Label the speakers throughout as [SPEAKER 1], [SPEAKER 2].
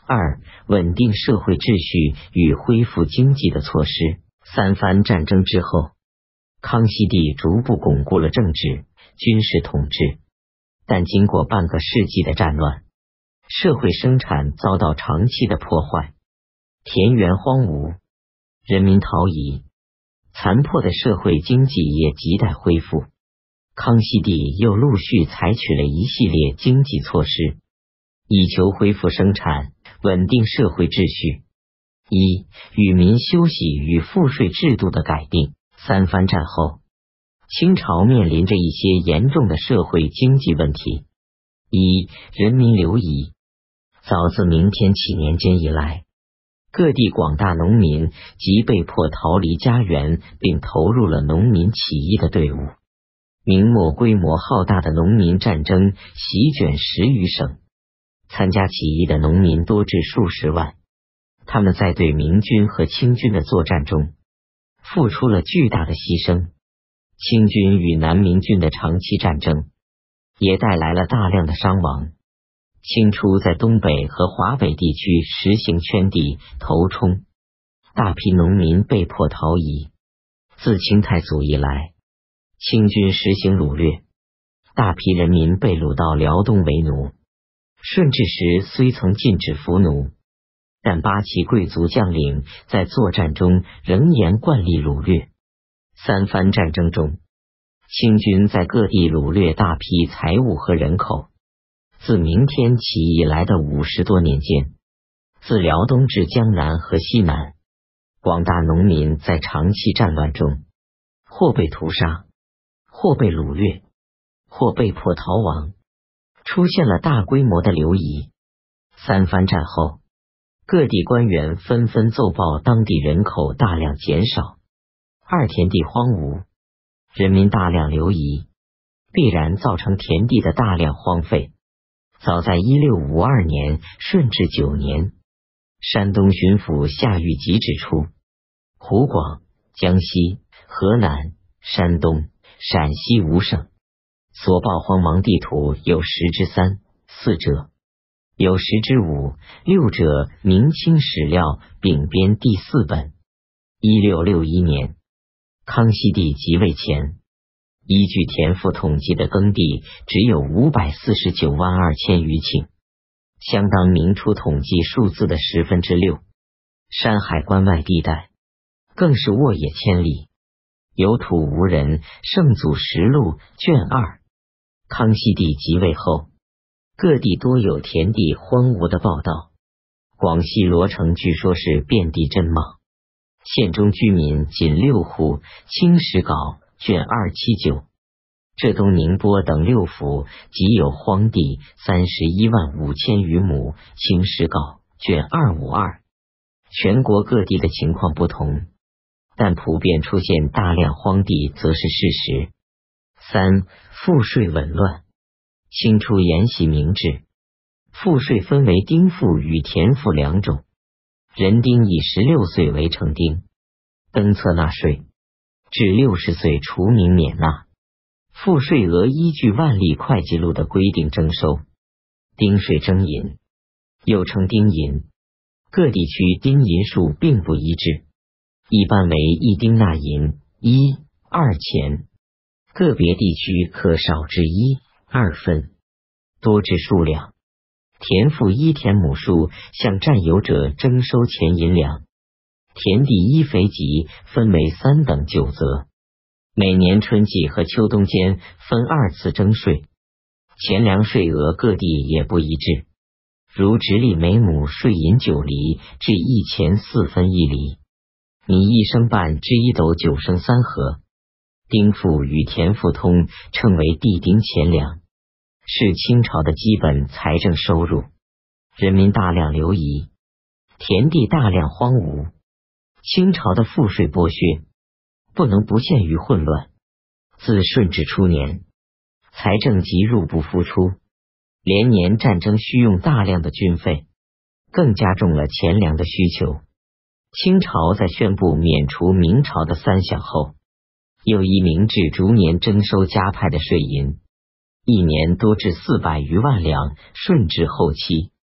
[SPEAKER 1] 二、稳定社会秩序与恢复经济的措施。三番战争之后，康熙帝逐步巩固了政治、军事统治，但经过半个世纪的战乱，社会生产遭到长期的破坏，田园荒芜，人民逃移，残破的社会经济也亟待恢复。康熙帝又陆续采取了一系列经济措施，以求恢复生产，稳定社会秩序。一、与民休息与赋税制度的改定。三番战后，清朝面临着一些严重的社会经济问题。一、人民流移。早自明天启年间以来，各地广大农民即被迫逃离家园，并投入了农民起义的队伍。明末规模浩大的农民战争席卷10余省，参加起义的农民多至数十万。他们在对明军和清军的作战中付出了巨大的牺牲。清军与南明军的长期战争也带来了大量的伤亡。清初在东北和华北地区实行圈地、头冲，大批农民被迫逃移。自清太祖以来，清军实行掳掠，大批人民被掳到辽东为奴。顺治时虽曾禁止俘虏，但八旗贵族将领在作战中仍沿惯例掳掠。三番战争中，清军在各地掳掠大批财物和人口。自明天起以来的50多年间，自辽东至江南和西南，广大农民在长期战乱中，或被屠杀，或被掳掠，或被迫逃亡，出现了大规模的流移。三番战后，各地官员纷纷奏报当地人口大量减少，二田地荒芜，人民大量流移，必然造成田地的大量荒废。早在1652年顺治9年，山东巡抚夏玉吉指出，湖广、江西、河南、山东、陕西5省所报荒茫地土有3%、4%者，有5%、6%者明清史料秉编第4本。1661年，康熙帝即位前，依据田赋统计的耕地只有549万2千余顷，相当明初统计数字的6%。山海关外地带更是沃野千里，有土无人。圣祖实录卷2。康熙帝即位后，各地多有田地荒芜的报道。广西罗城据说是遍地真莽，县中居民仅6户。清史稿卷279。浙东宁波等6府即有荒地31万5千余亩。清史稿卷252。全国各地的情况不同，但普遍出现大量荒地则是事实。三、赋税紊乱。清初沿袭明制，赋税分为丁赋与田赋2种。人丁以16岁为成丁，登册纳税，至60岁除名免纳。赋税额依据万历会计录的规定征收。丁税征银，又称丁银，各地区丁银数并不一致，一般为1丁纳银1、2钱，个别地区可少至1、2分，多至数两。田赋依田亩数向占有者征收钱银两。田地依肥瘠分为3等9则，每年春季和秋冬间分2次征税。钱粮税额各地也不一致，如直隶每亩税银9厘至1钱4分1厘，米1升半至1斗9升3合。丁赋与田赋通称为地丁钱粮，是清朝的基本财政收入。人民大量流移，田地大量荒芜，清朝的赋税剥削不能不陷于混乱。自顺治初年，财政即入不敷出，连年战争需用大量的军费，更加重了钱粮的需求。清朝在宣布免除明朝的3饷后，又依明制逐年征收加派的税银，一年多至400余万两。顺治后期，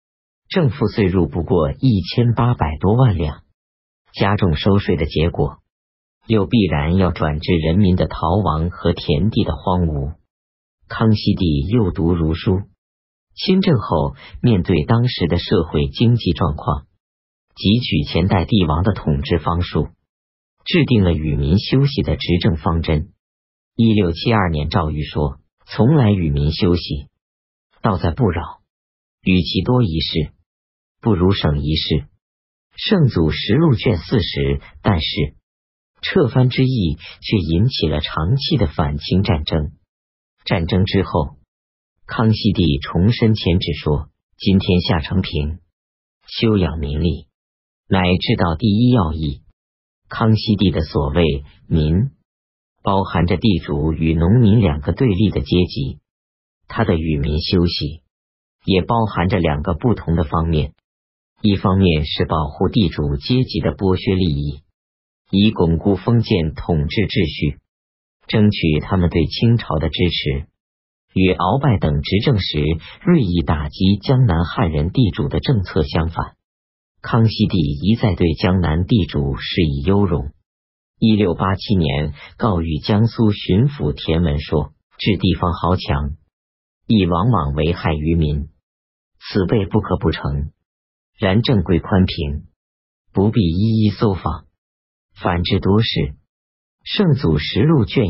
[SPEAKER 1] 政赋岁入不过1800多万两，加重收税的结果，又必然要转至人民的逃亡和田地的荒芜。康熙帝又读儒书，亲政后面对当时的社会经济状况，汲取前代帝王的统治方术，制定了与民休息的执政方针。1672年诏谕说：从来与民休息，道在不扰，与其多一事，不如省一事。圣祖实录卷40。但是撤藩之役却引起了长期的反清战争。战争之后，康熙帝重申前旨说：今天下承平，休养民力，乃治道第一要义。康熙帝的所谓民，包含着地主与农民两个对立的阶级，他的与民休息也包含着两个不同的方面。一方面是保护地主阶级的剥削利益，以巩固封建统治秩序，争取他们对清朝的支持。与鳌拜等执政时锐意打击江南汉人地主的政策相反，康熙帝一再对江南地主施以优容。1687年告谕江苏巡抚田文说：治地方豪强，亦往往为害于民，此辈不可不成。然正规宽平，不必一一搜访，反之多是。圣祖实录卷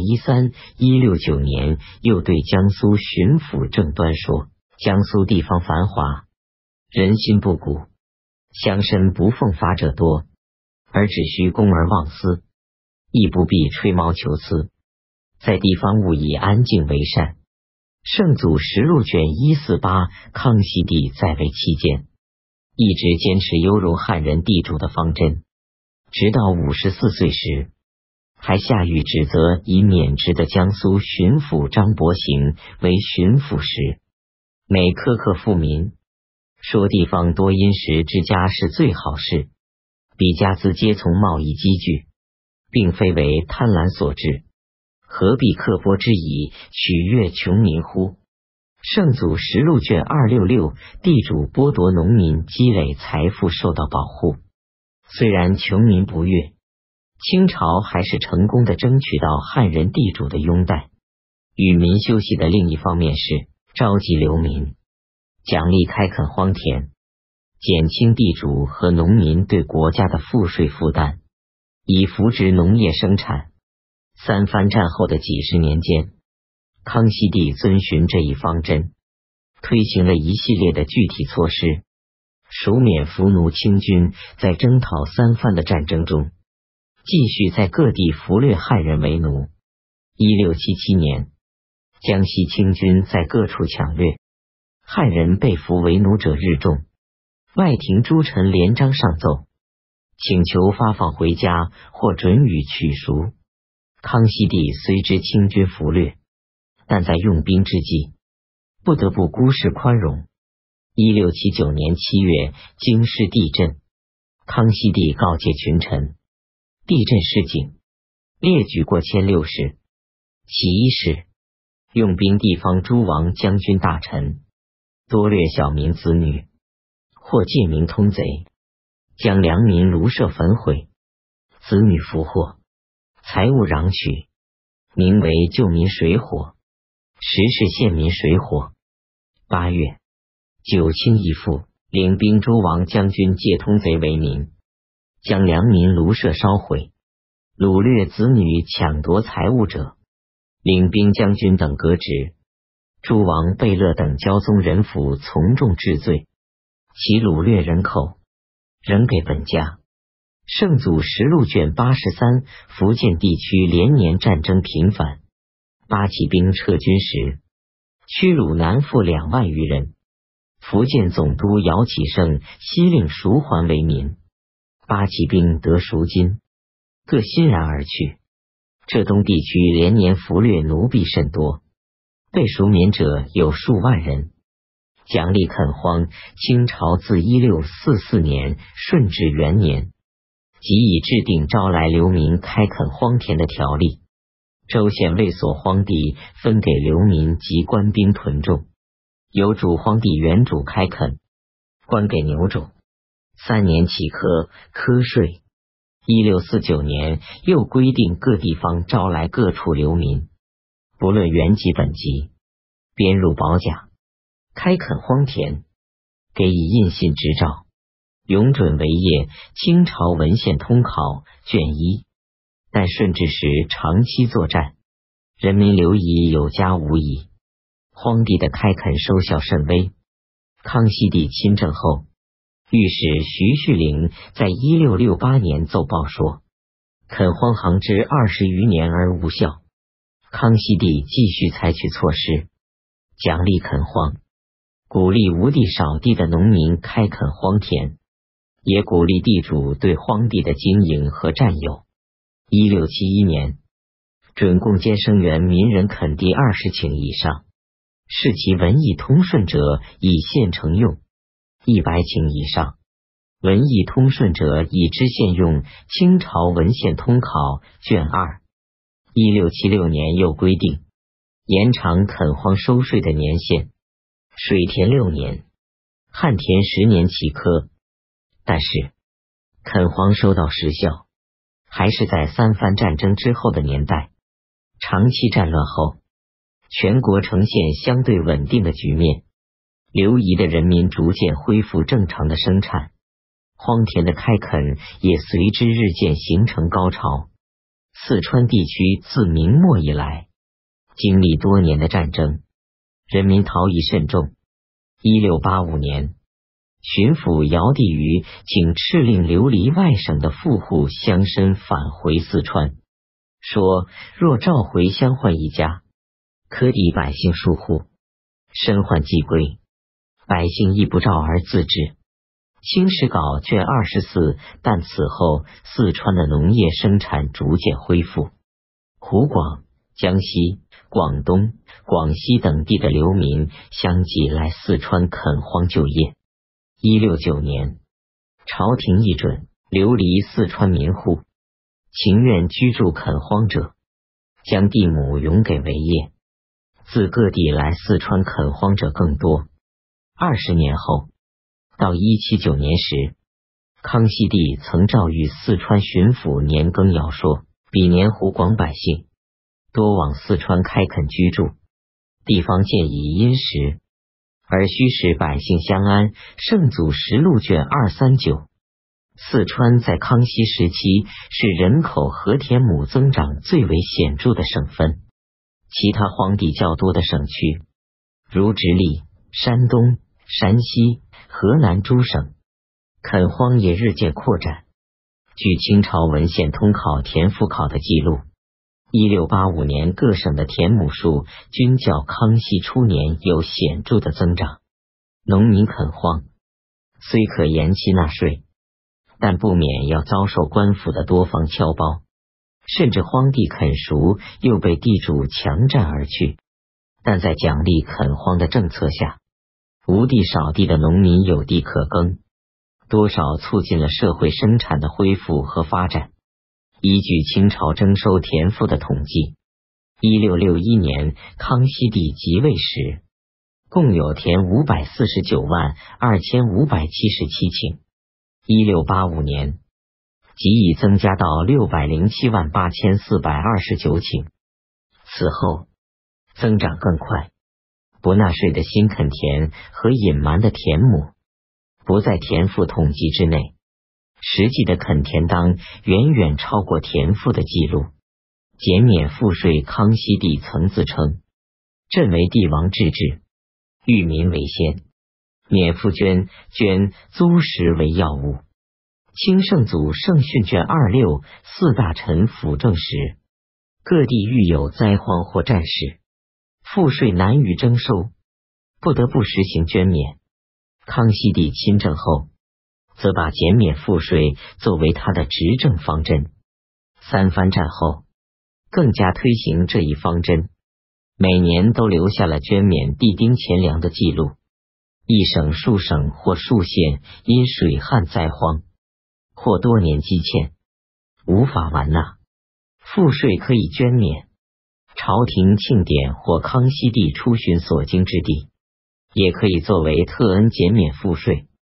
[SPEAKER 1] 13。169年又对江苏巡抚郑端说：江苏地方繁华，人心不古，乡绅不奉法者多，而只需公而忘私，亦不必吹毛求疵，在地方务以安静为善。圣祖实录卷148。康熙帝在位期间，一直坚持优容汉人地主的方针，直到54岁时，还下谕指责已免职的江苏巡抚张伯行为巡抚时，每苛刻富民，说地方多殷实之家是最好事，彼家资皆从贸易积聚，并非为贪婪所致，何必刻剥之以取悦穷民乎？圣祖实录卷266。地主剥夺农民积累财富受到保护，虽然穷民不悦，清朝还是成功的争取到汉人地主的拥戴。与民休息的另一方面是召集流民，奖励开垦荒田，减轻地主和农民对国家的赋税负担，以扶植农业生产。三藩战后的几十年间，康熙帝遵循这一方针，推行了一系列的具体措施，赎免俘奴清军在征讨三藩的战争中，继续在各地俘掠汉人为奴。1677年，江西清军在各处抢掠，汉人被俘为奴者日众，外廷诸臣连章上奏，请求发放回家或准予取赎。康熙帝虽知清军俘掠，但在用兵之际，不得不姑视宽容。1679年7月，京师地震，康熙帝告诫群臣，地震示警，列举过迁6事。其一是用兵地方诸王将军大臣，多掠小民子女，或借名通贼，将良民庐舍焚毁，子女俘获，财物攘取，名为救民水火，实是献民水火。8月，九卿义父领兵诸王将军借通贼为名，将良民庐舍烧毁，掳掠子女，抢夺财物者，领兵将军等革职。诸王贝勒等骄宗人府从重治罪，其掳掠人口仍给本家。圣祖实录卷83。福建地区连年战争频繁，八旗兵撤军时，驱虏南复2万余人。福建总督姚启圣悉令赎还为民，八旗兵得赎金，各欣然而去。浙东地区连年俘掠奴婢甚多，被赎免者有数万人。奖励垦荒，清朝自1644年顺治元年即已制定招来流民开垦荒田的条例，州县卫所荒地分给流民及官兵屯种，由主荒地原主开垦， 官给牛种，3年起科税。1649年又规定各地方招来各处流民，不论原籍本籍，编入保甲，开垦荒田，给以印信执照，永准为业。清朝文献通考卷1。但顺治时长期作战，人民流移有加无遗，荒地的开垦收效甚微。康熙帝亲政后，御史徐绪龄在1668年奏报说，垦荒行之20余年而无效。康熙帝继续采取措施，奖励垦荒，鼓励无地少地的农民开垦荒田，也鼓励地主对荒地的经营和占有。1671年，准共监生员民人垦地20顷以上，视其文艺通顺者以现成用；100顷以上，文艺通顺者以知县用。清朝文献通考卷2。1676年又规定，延长垦荒收税的年限，水田6年，旱田10年起科。但是垦荒收到实效，还是在3番战争之后的年代。长期战乱后，全国呈现相对稳定的局面，流移的人民逐渐恢复正常的生产，荒田的开垦也随之日渐形成高潮。四川地区自明末以来，经历多年的战争，人民逃逸甚重。1685年，巡抚姚地瑜请敕令流离外省的富户乡绅返回四川，说若召回乡患一家，可抵百姓数户，身患既归，百姓亦不召而自治。清史稿卷24。但此后四川的农业生产逐渐恢复，湖广、江西、广东、广西等地的流民相继来四川垦荒就业。169年，朝廷议准流离四川民户，情愿居住垦荒者，将地亩永给为业。自各地来四川垦荒者更多。20年后，到179年时，康熙帝曾诏谕四川巡抚年羹尧说，彼年湖广百姓多往四川开垦居住，地方渐以殷实，而须使百姓相安。圣祖实录卷239。四川在康熙时期是人口和田亩增长最为显著的省份，其他荒地较多的省区，如直隶、山东、山西、河南诸省，垦荒也日渐扩展。据清朝文献通考田赋考的记录，1685年各省的田亩数均较康熙初年有显著的增长。农民垦荒虽可延期纳税，但不免要遭受官府的多方敲包，甚至荒地垦熟又被地主强占而去。但在奖励垦荒的政策下，无地少地的农民有地可耕，多少促进了社会生产的恢复和发展。依据清朝征收田赋的统计，1661年康熙帝即位时，共有田549万2577顷。1685年，即已增加到607万8429顷。此后增长更快，不纳税的新垦田和隐瞒的田亩不在田赋统计之内，实际的垦田当远远超过田赋的记录。减免赋税，康熙帝曾自称朕为帝王治治，育民为先，免赋捐租食为要务。清圣祖圣训卷26。四大臣辅政时，各地遇有灾荒或战事，赋税难于征收，不得不实行捐免。康熙帝亲政后，则把减免赋税作为他的执政方针。3番战后，更加推行这一方针，每年都留下了捐免地丁钱粮的记录。一省、数省或数县因水旱灾荒，或多年积欠，无法完纳，赋税可以捐免。朝廷庆典或康熙帝出巡所经之地，也可以作为特恩减免赋税。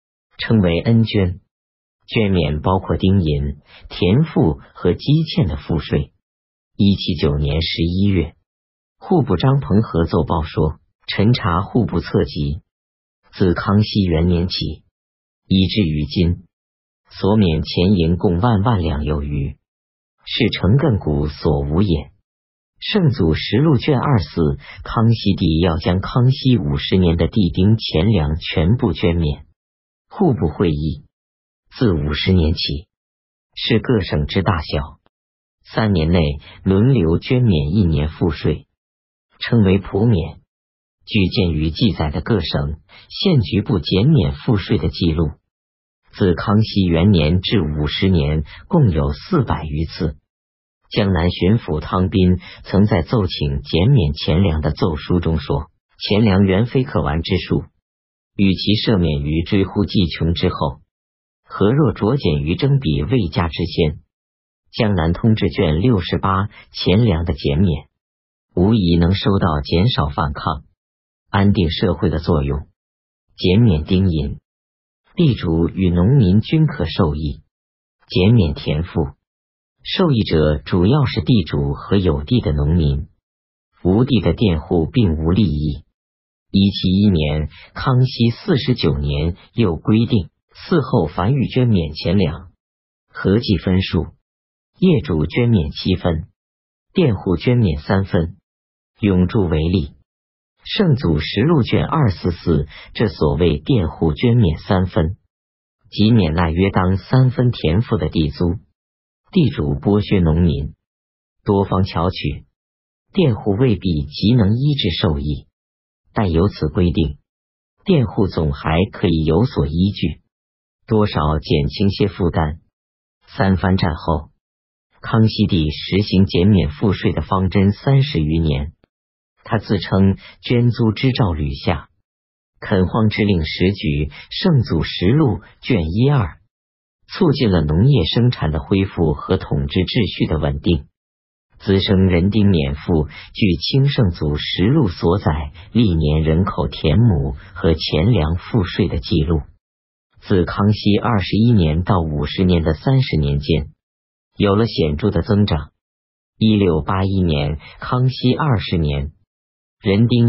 [SPEAKER 1] 称为恩捐。捐免包括丁银、田赋和积欠的赋税。179年11月，户部张鹏和奏报说，陈查户部册籍，自康熙元年起，以至于今，所免钱银共万两有余，是成亘古所无也。圣祖实录卷24，康熙帝要将康熙50年的地丁钱粮全部捐免。户部会议自50年起，是各省之大小，3年内轮流捐免1年赋税，称为普免。据鉴于记载的各省县局部减免赋税的记录，自康熙元年至50年共有400余次。江南巡抚汤斌曾在奏请减免钱粮的奏书中说，钱粮原非可玩之数，与其赦免于追乎计穷之后，何若酌减于征比未加之先。江南通志卷68钱粮的减免，无疑能收到减少反抗、安定社会的作用。减免丁银，地主与农民均可受益；减免田赋，受益者主要是地主和有地的农民，无地的佃户并无利益。171年，康熙49年又规定，嗣后凡欲捐免钱粮，合计分数，业主捐免7分，佃户捐免3分。永著为例，圣祖实录卷244，这所谓佃户捐免3分，即免纳约当3分田赋的地租。地主剥削农民，多方巧取，佃户未必即能依制受益，但有此规定，佃户总还可以有所依据，多少减轻些负担。三藩战后，康熙帝实行减免赋税的方针30余年，他自称捐租之诏屡下，垦荒之令时举，圣祖实录卷12，促进了农业生产的恢复和统治秩序的稳定。滋生人丁免赋，据清圣祖实录所载历年人口田亩和钱粮赋税的记录，自康熙21年到50年的30年间，有了显著的增长。1681年，康熙20年，人丁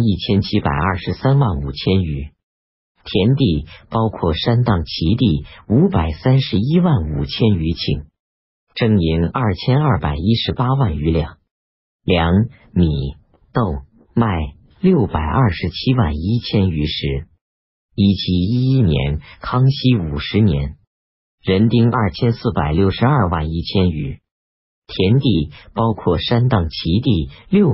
[SPEAKER 1] 1723万5千余，田地包括山当齐地531万5千余顷，征银2218万余两，粮、米、豆、麦627万1千余石。1711年，康熙50年，人丁2462万1千余，田地包括山当齐地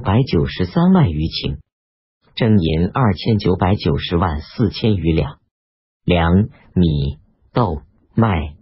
[SPEAKER 1] 693万余顷，征银2990万4千余两，粮、米、豆、麦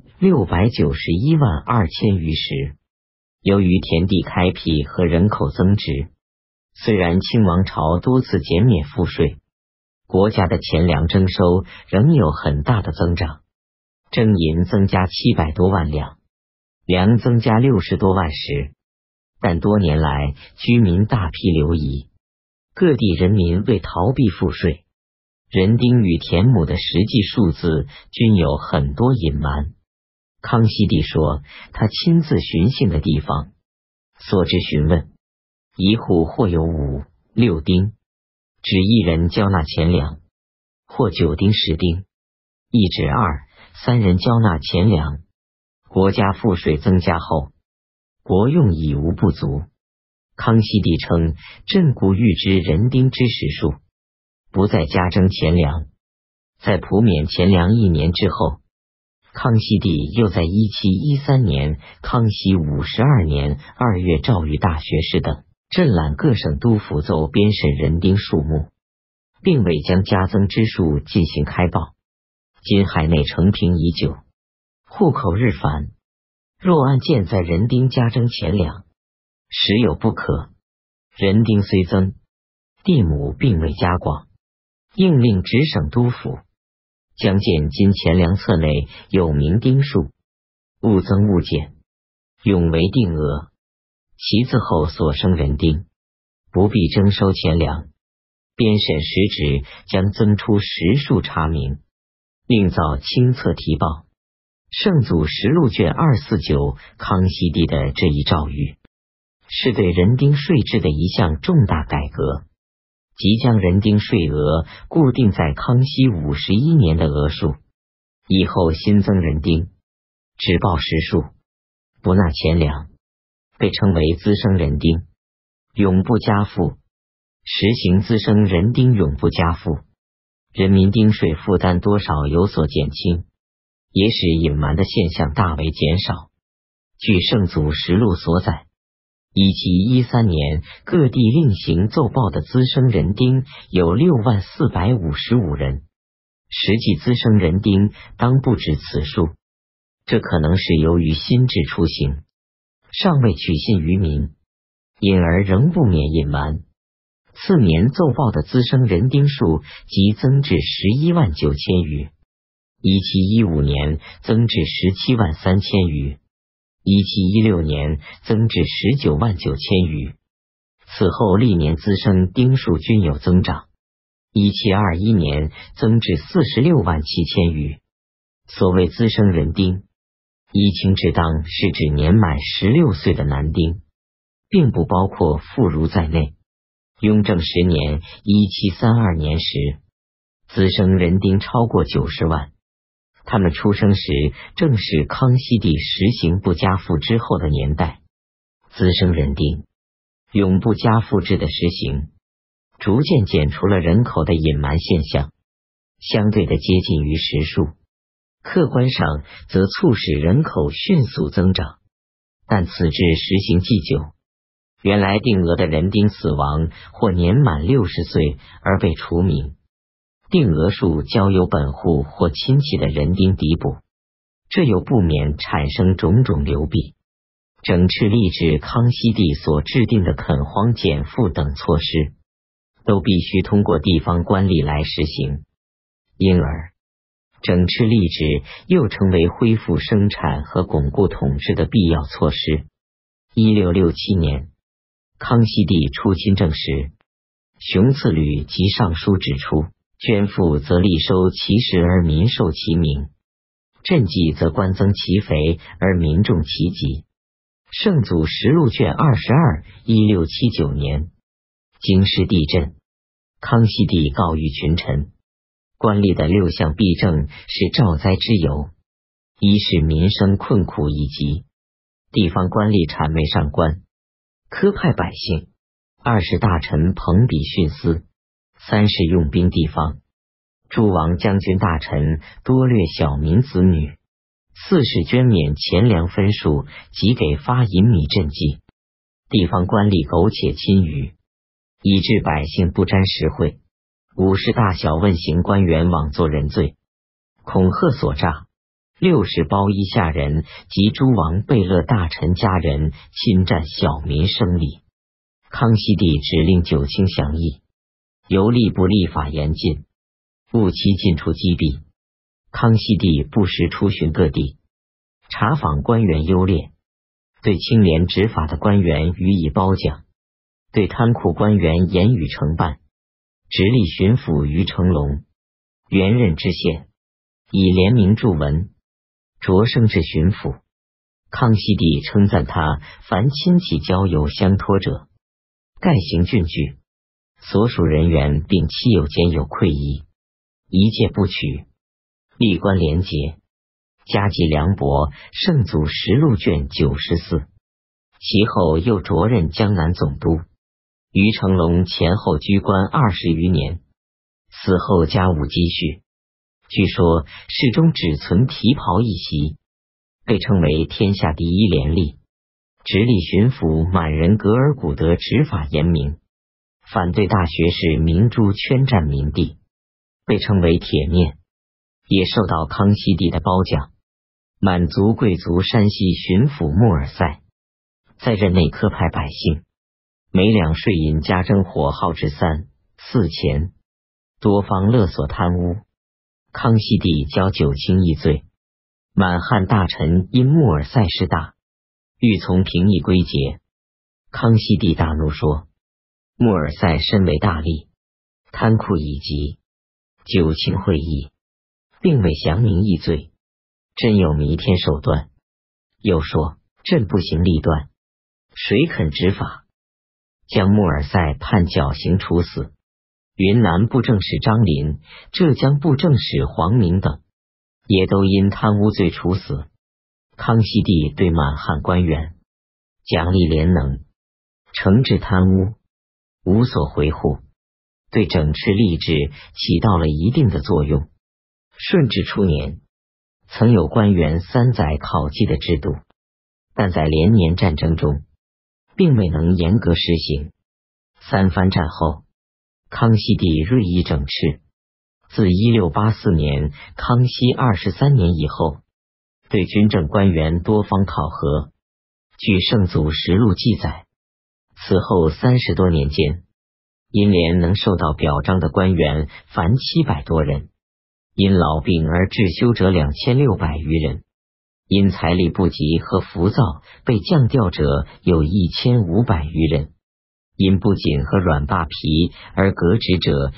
[SPEAKER 1] 691万2千余石。由于田地开辟和人口增值，虽然清王朝多次减免赋税，国家的钱粮征收仍有很大的增长，征银增加700多万两，粮增加60多万石。但多年来居民大批流移，各地人民为逃避赋税，人丁与田亩的实际数字均有很多隐瞒。康熙帝说，他亲自巡幸的地方，所知询问，一户或有5、6丁，只一人交纳钱粮，或9丁、10丁，一指2、3人交纳钱粮。国家赋税增加后，国用已无不足。康熙帝称，朕古预知人丁之实数，不再加征钱粮。在普免钱粮1年之后，康熙帝又在1713年、康熙52年2月诏谕大学士等镇揽各省督抚奏编审人丁数目，并未将加增之数进行开报。今海内承平已久，户口日繁，若按见在人丁加征钱粮，实有不可。人丁虽增，地亩并未加广，应令直省督抚将见今钱粮册内有明丁数，勿增勿减，永为定额。其次后所生人丁，不必征收钱粮。编审时旨将增出实数查明， 另造清册题报《圣祖实录》卷249。康熙帝的这一诏谕，是对人丁税制的一项重大改革，即将人丁税额固定在康熙51年的额数，以后新增人丁只报实数，不纳钱粮，被称为滋生人丁，永不加赋。实行滋生人丁永不加赋，人民丁税负担多少有所减轻，也使隐瞒的现象大为减少。据《圣祖实录》所载，1713年各地另行奏报的滋生人丁有60455人，实际滋生人丁当不止此数。这可能是由于新制出行，尚未取信于民，因而仍不免隐瞒。次年奏报的滋生人丁数即增至11万9千余，1715年增至17万3千余，1716年增至19万9千余。此后历年滋生丁数均有增长，1721年增至46万7千余。所谓滋生人丁，依清之当是指年满16岁的男丁，并不包括妇孺在内。雍正10年1732年时，滋生人丁超过90万，他们出生时正是康熙帝实行不加赋之后的年代。滋生人丁永不加赋制的实行，逐渐减除了人口的隐瞒现象，相对的接近于实数，客观上则促使人口迅速增长。但此制实行既久，原来定额的人丁死亡或年满60岁而被除名，定额数交由本户或亲戚的人丁抵补，这又不免产生种种流弊。整饬吏治康熙帝所制定的垦荒减赋等措施，都必须通过地方官吏来实行，因而整饬吏治又成为恢复生产和巩固统治的必要措施。1667年，康熙帝出亲政时，熊赐履及上书指出，捐赋则吏收其实而民受其名，赈济则官增其肥而民重其疾。圣祖实录卷22 1679年，京师地震，康熙帝告谕群臣，官吏的6项弊政是兆灾之由：一是民生困苦已极，地方官吏谄媚上官，苛派百姓；二是大臣朋比徇私；三是用兵地方，诸王将军大臣多掠小民子女；四是捐免钱粮分数及给发银米赈济。地方官吏苟且亲愚，以致百姓不沾实惠；五是大小问刑官员枉作人罪，恐吓所诈；六是包衣下人及诸王贝勒大臣家人侵占小民生理。康熙帝指令九卿详议，由吏部立法严禁，务期尽除积弊。康熙帝不时出巡各地，查访官员优劣，对清廉执法的官员予以褒奖，对贪酷官员严予惩办。直隶巡抚于成龙原任知县，以联名著文，擢升至巡抚。康熙帝称赞他凡亲戚交友相托者，盖行郡居，所属人员并戚友间有愧意，一介不取，吏官廉洁，加给梁博圣祖实录卷94。其后又擢任江南总督。于成龙前后居官20余年，死后家务积蓄，据说室中只存提袍一袭，被称为天下第一廉吏。直隶巡抚满人格尔古德执法严明，反对大学士明珠圈占民地，被称为铁面，也受到康熙帝的褒奖。满族贵族山西巡抚穆尔塞在任内苛派百姓，每两税银加征火耗至3、4钱，多方勒索贪污。康熙帝交九卿议罪，满汉大臣因穆尔塞事大，欲从平议归结。康熙帝大怒说，穆尔塞身为大吏，贪酷已极，九卿会议并未详明议罪，真有弥天手段。又说朕不行立断，谁肯执法？将穆尔赛判绞刑处死。云南布政使张林、浙江布政使黄明等也都因贪污罪处死。康熙帝对满汉官员奖励廉能，惩治贪污，无所回护，对整治吏治起到了一定的作用。顺治初年，曾有官员3载考绩的制度，但在连年战争中，并未能严格实行。三藩战后，康熙帝锐意整治，自1684年康熙23年以后，对军政官员多方考核。据圣祖实录记载，此后30多年间，因连能受到表彰的官员凡700多人，因老病而致休者2600余人，因财力不及和浮躁被降调者有1500余人，因不仅和软罢皮而革职者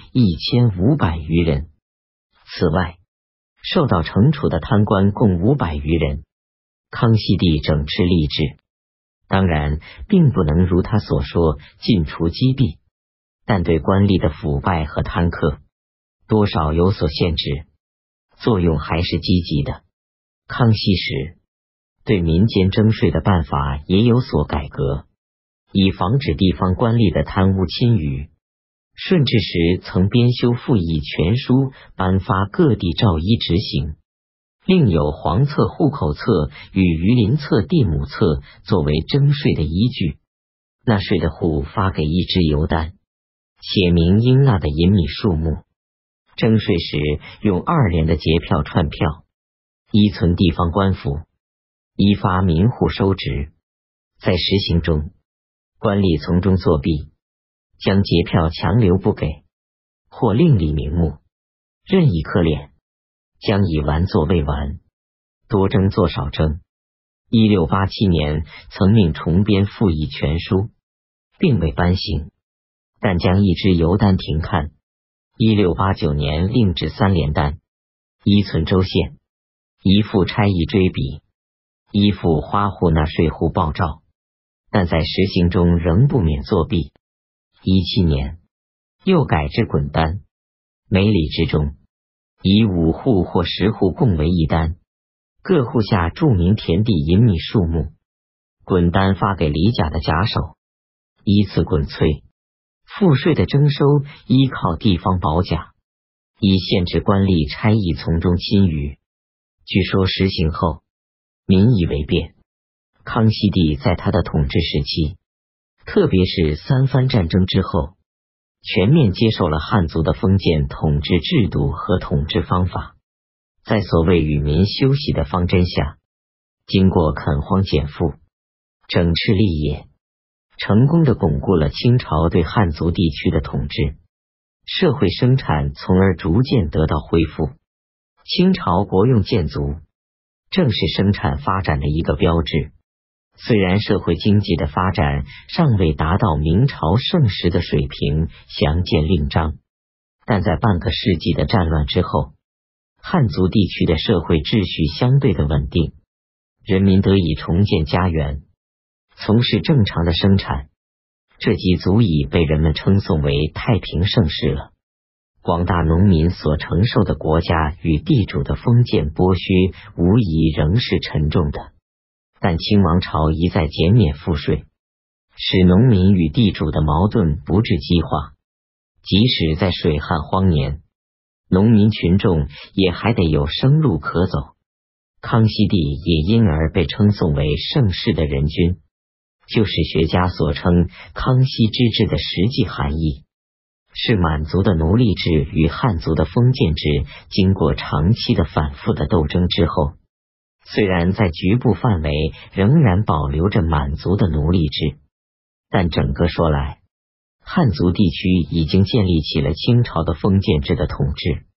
[SPEAKER 1] 1500余人。此外，受到惩处的贪官共500余人。康熙帝整治吏治，当然并不能如他所说尽除积弊，但对官吏的腐败和贪刻多少有所限制，作用还是积极的。康熙时对民间征税的办法也有所改革，以防止地方官吏的贪污侵余。顺治时曾编修复议全书，颁发各地诏依执行，另有黄册、户口册与榆林册、地亩册作为征税的依据。纳税的户发给一支邮单，写明应纳的银米数目。征税时用2联的结票串票，依存地方官府，依发民户收值。在实行中，官吏从中作弊，将结票强留不给，或另立名目，任意科敛，将以完作未完，多征作少征。1687年曾命重编复议全书，并未颁行，但将一支邮单停刊。1689年另制3联单，依存州县，一副差役追笔，依附花户纳税户报诏，但在实行中仍不免作弊。17年又改制滚单，每里之中以5户或10户共为一单，各户下注明田地银米数目，滚单发给里甲的甲首，依次滚催。赋税的征收依靠地方保甲，以限制官吏差役从中侵余。据说实行后，民以为变。康熙帝在他的统治时期，特别是三藩战争之后，全面接受了汉族的封建统治制度和统治方法，在所谓与民休息的方针下，经过垦荒减赋、整治吏业，成功地巩固了清朝对汉族地区的统治，社会生产从而逐渐得到恢复。清朝国用建足，正是生产发展的一个标志。虽然社会经济的发展尚未达到明朝盛时的水平，详见令章，但在半个世纪的战乱之后，汉族地区的社会秩序相对的稳定，人民得以重建家园，从事正常的生产，这即足以被人们称颂为太平盛世了。广大农民所承受的国家与地主的封建剥削，无疑仍是沉重的。但清王朝一再减免赋税，使农民与地主的矛盾不致激化。即使在水旱荒年，农民群众也还得有生路可走。康熙帝也因而被称颂为盛世的人君，就是学家所称康熙之治的实际含义，是满族的奴隶制与汉族的封建制经过长期的反复的斗争之后，虽然在局部范围仍然保留着满族的奴隶制，但整个说来，汉族地区已经建立起了清朝的封建制的统治。